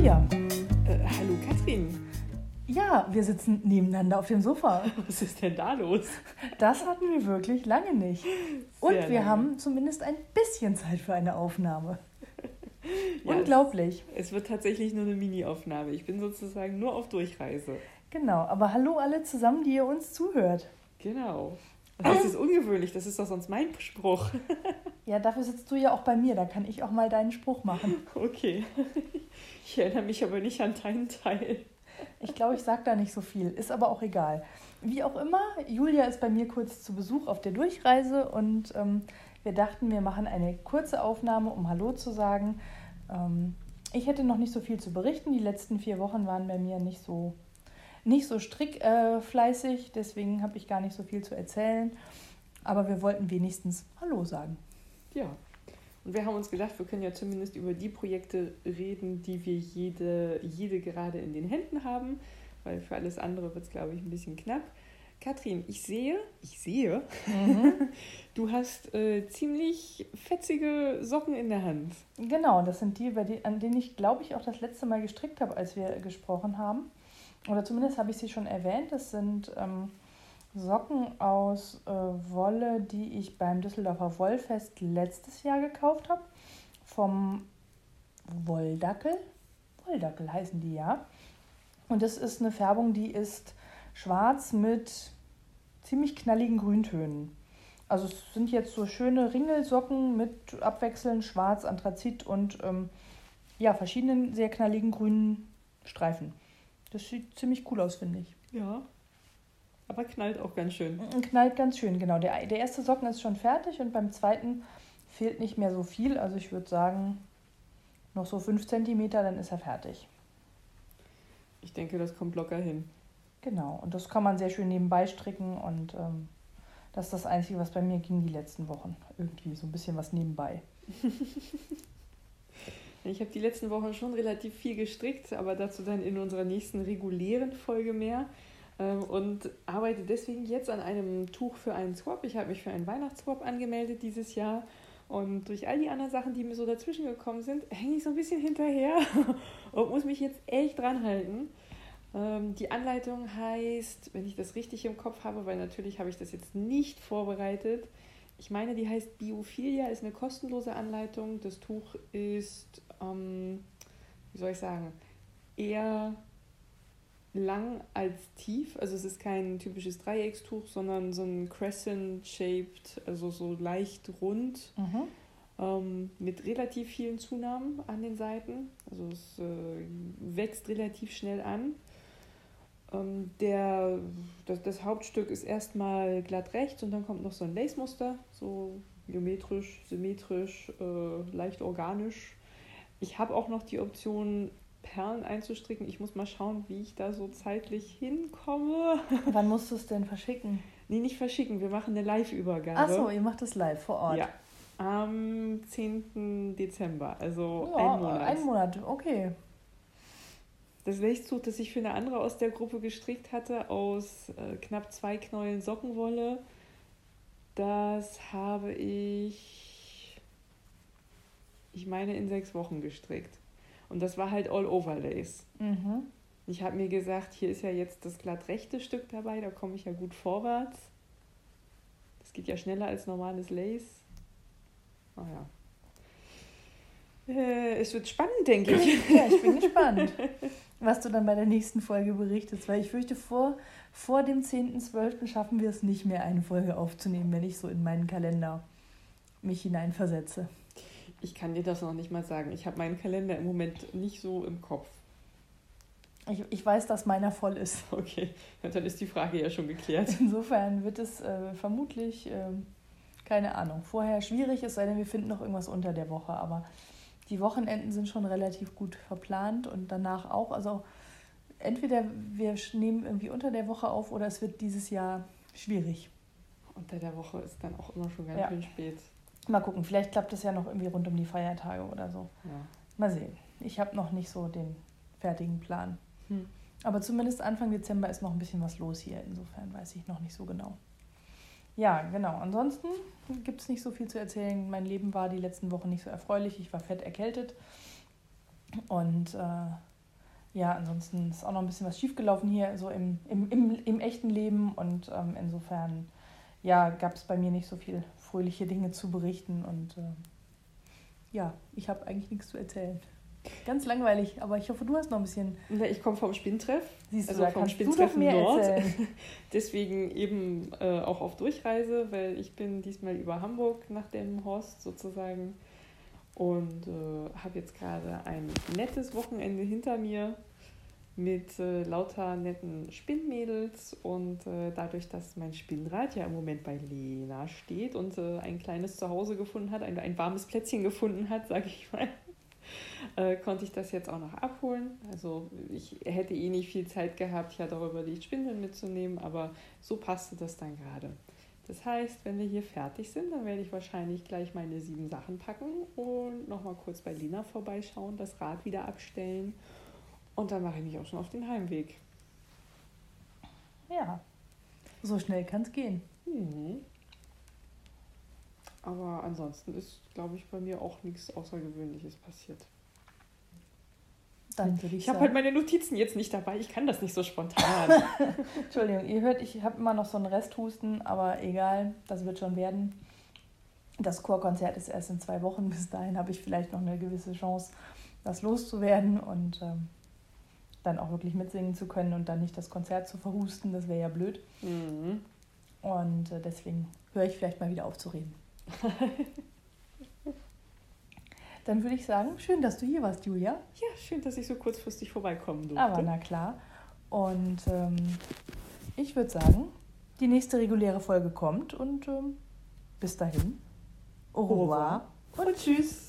Julia. Hallo Katrin. Ja, wir sitzen nebeneinander auf dem Sofa. Was ist denn da los? Das hatten wir wirklich lange nicht. Und Sehr wir lange. haben zumindest ein bisschen Zeit für eine Aufnahme. Ja, Unglaublich. Es wird tatsächlich nur eine Mini-Aufnahme. Ich bin sozusagen nur auf Durchreise. Genau, aber hallo alle zusammen, die ihr uns zuhört. Genau. Das ist ungewöhnlich, das ist doch sonst mein Spruch. Ja, dafür sitzt du ja auch bei mir, da kann ich auch mal deinen Spruch machen. Okay. Ich erinnere mich aber nicht an deinen Teil. Ich glaube, ich sage da nicht so viel, ist aber auch egal. Wie auch immer, Julia ist bei mir kurz zu Besuch auf der Durchreise und wir dachten, wir machen eine kurze Aufnahme, um Hallo zu sagen. Ich hätte noch nicht so viel zu berichten. Die letzten 4 Wochen waren bei mir nicht so strickfleißig, deswegen habe ich gar nicht so viel zu erzählen. Aber wir wollten wenigstens Hallo sagen. Ja. Und wir haben uns gedacht, wir können ja zumindest über die Projekte reden, die wir jede gerade in den Händen haben, weil für alles andere wird es, glaube ich, ein bisschen knapp. Katrin, ich sehe, du hast ziemlich fetzige Socken in der Hand. Genau, das sind die, an denen ich, glaube ich, auch das letzte Mal gestrickt habe, als wir gesprochen haben. Oder zumindest habe ich sie schon erwähnt. Das sind Socken aus Wolle, die ich beim Düsseldorfer Wollfest letztes Jahr gekauft habe. Vom Wolldackel. Wolldackel heißen die, ja. Und das ist eine Färbung, die ist schwarz mit ziemlich knalligen Grüntönen. Also es sind jetzt so schöne Ringelsocken mit abwechselnd schwarz, Anthrazit und verschiedenen sehr knalligen grünen Streifen. Das sieht ziemlich cool aus, finde ich. Ja, aber knallt auch ganz schön. Knallt ganz schön, genau. Der erste Socken ist schon fertig und beim zweiten fehlt nicht mehr so viel. Also ich würde sagen, noch so 5 cm, dann ist er fertig. Ich denke, das kommt locker hin. Genau, und das kann man sehr schön nebenbei stricken und das ist das Einzige, was bei mir ging die letzten Wochen. Irgendwie so ein bisschen was nebenbei. Ich habe die letzten Wochen schon relativ viel gestrickt, aber dazu dann in unserer nächsten regulären Folge mehr. Und arbeite deswegen jetzt an einem Tuch für einen Swap. Ich habe mich für einen Weihnachtsswap angemeldet dieses Jahr. Und durch all die anderen Sachen, die mir so dazwischen gekommen sind, hänge ich so ein bisschen hinterher und muss mich jetzt echt dran halten. Die Anleitung heißt, wenn ich das richtig im Kopf habe, weil natürlich habe ich das jetzt nicht vorbereitet, ich meine, die heißt Biophilia, ist eine kostenlose Anleitung. Das Tuch ist, eher lang als tief. Also es ist kein typisches Dreieckstuch, sondern so ein Crescent-shaped, also so leicht rund, mit relativ vielen Zunahmen an den Seiten. Also es wächst relativ schnell an. Das Hauptstück ist erstmal glatt rechts und dann kommt noch so ein Lace-Muster, so geometrisch, symmetrisch, leicht organisch. Ich habe auch noch die Option, Perlen einzustricken. Ich muss mal schauen, wie ich da so zeitlich hinkomme. Wann musst du es denn verschicken? Nee, nicht verschicken, wir machen eine Live-Übergabe. Achso, ihr macht es live vor Ort. Ja, am 10. Dezember, also Ja, einen Monat. Ein Monat, okay. Das Lace-Tuch, das ich für eine andere aus der Gruppe gestrickt hatte, aus knapp 2 Knäueln Sockenwolle, das habe ich meine, in 6 Wochen gestrickt. Und das war halt All-Over-Lace. Ich habe mir gesagt, hier ist ja jetzt das glatt rechte Stück dabei, da komme ich ja gut vorwärts. Das geht ja schneller als normales Lace. Naja. Es wird spannend, denke ich. Ja, ich bin gespannt, was du dann bei der nächsten Folge berichtest, weil ich fürchte, vor dem 10.12. schaffen wir es nicht mehr, eine Folge aufzunehmen, wenn ich so in meinen Kalender mich hineinversetze. Ich kann dir das noch nicht mal sagen. Ich habe meinen Kalender im Moment nicht so im Kopf. Ich weiß, dass meiner voll ist. Okay, ja, dann ist die Frage ja schon geklärt. Insofern wird es vermutlich, keine Ahnung, vorher schwierig, es sei denn, wir finden noch irgendwas unter der Woche, aber die Wochenenden sind schon relativ gut verplant und danach auch. Also entweder wir nehmen irgendwie unter der Woche auf oder es wird dieses Jahr schwierig. Unter der Woche ist dann auch immer schon ganz schön spät. Mal gucken, vielleicht klappt es ja noch irgendwie rund um die Feiertage oder so. Ja. Mal sehen. Ich habe noch nicht so den fertigen Plan. Aber zumindest Anfang Dezember ist noch ein bisschen was los hier. Insofern weiß ich noch nicht so genau. Ja, genau. Ansonsten gibt es nicht so viel zu erzählen. Mein Leben war die letzten Wochen nicht so erfreulich. Ich war fett erkältet. Und ja, ansonsten ist auch noch ein bisschen was schiefgelaufen hier, so im echten Leben. Und insofern, ja, gab es bei mir nicht so viel fröhliche Dinge zu berichten. Und ja, ich habe eigentlich nichts zu erzählen. Ganz langweilig, aber ich hoffe, du hast noch ein bisschen... Ich komme vom Spinntreff. Siehst du, also da vom kannst Spinntreff du doch mehr Nord. erzählen. Deswegen eben auch auf Durchreise, weil ich bin diesmal über Hamburg nach Delmenhorst sozusagen und habe jetzt gerade ein nettes Wochenende hinter mir mit lauter netten Spinnmädels und dadurch, dass mein Spinnrad ja im Moment bei Lena steht und ein kleines Zuhause gefunden hat, ein warmes Plätzchen gefunden hat, sage ich mal, konnte ich das jetzt auch noch abholen. Also ich hätte nicht viel Zeit gehabt, ja darüber die Spindeln mitzunehmen, aber so passte das dann gerade. Das heißt, wenn wir hier fertig sind, dann werde ich wahrscheinlich gleich meine 7 Sachen packen und nochmal kurz bei Lena vorbeischauen, das Rad wieder abstellen und dann mache ich mich auch schon auf den Heimweg. Ja, so schnell kann es gehen. Aber ansonsten ist, glaube ich, bei mir auch nichts Außergewöhnliches passiert. Dann würde Ich habe sagen, halt meine Notizen jetzt nicht dabei, ich kann das nicht so spontan. Entschuldigung, ihr hört, ich habe immer noch so einen Resthusten, aber egal, das wird schon werden. Das Chorkonzert ist erst in 2 Wochen. Bis dahin habe ich vielleicht noch eine gewisse Chance, das loszuwerden und dann auch wirklich mitsingen zu können und dann nicht das Konzert zu verhusten. Das wäre ja blöd. Mhm. Und deswegen höre ich vielleicht mal wieder auf zu reden. Dann würde ich sagen, schön, dass du hier warst, Julia. Ja, schön, dass ich so kurzfristig vorbeikommen durfte. Aber na klar. Und ich würde sagen, die nächste reguläre Folge kommt und bis dahin, au revoir und tschüss.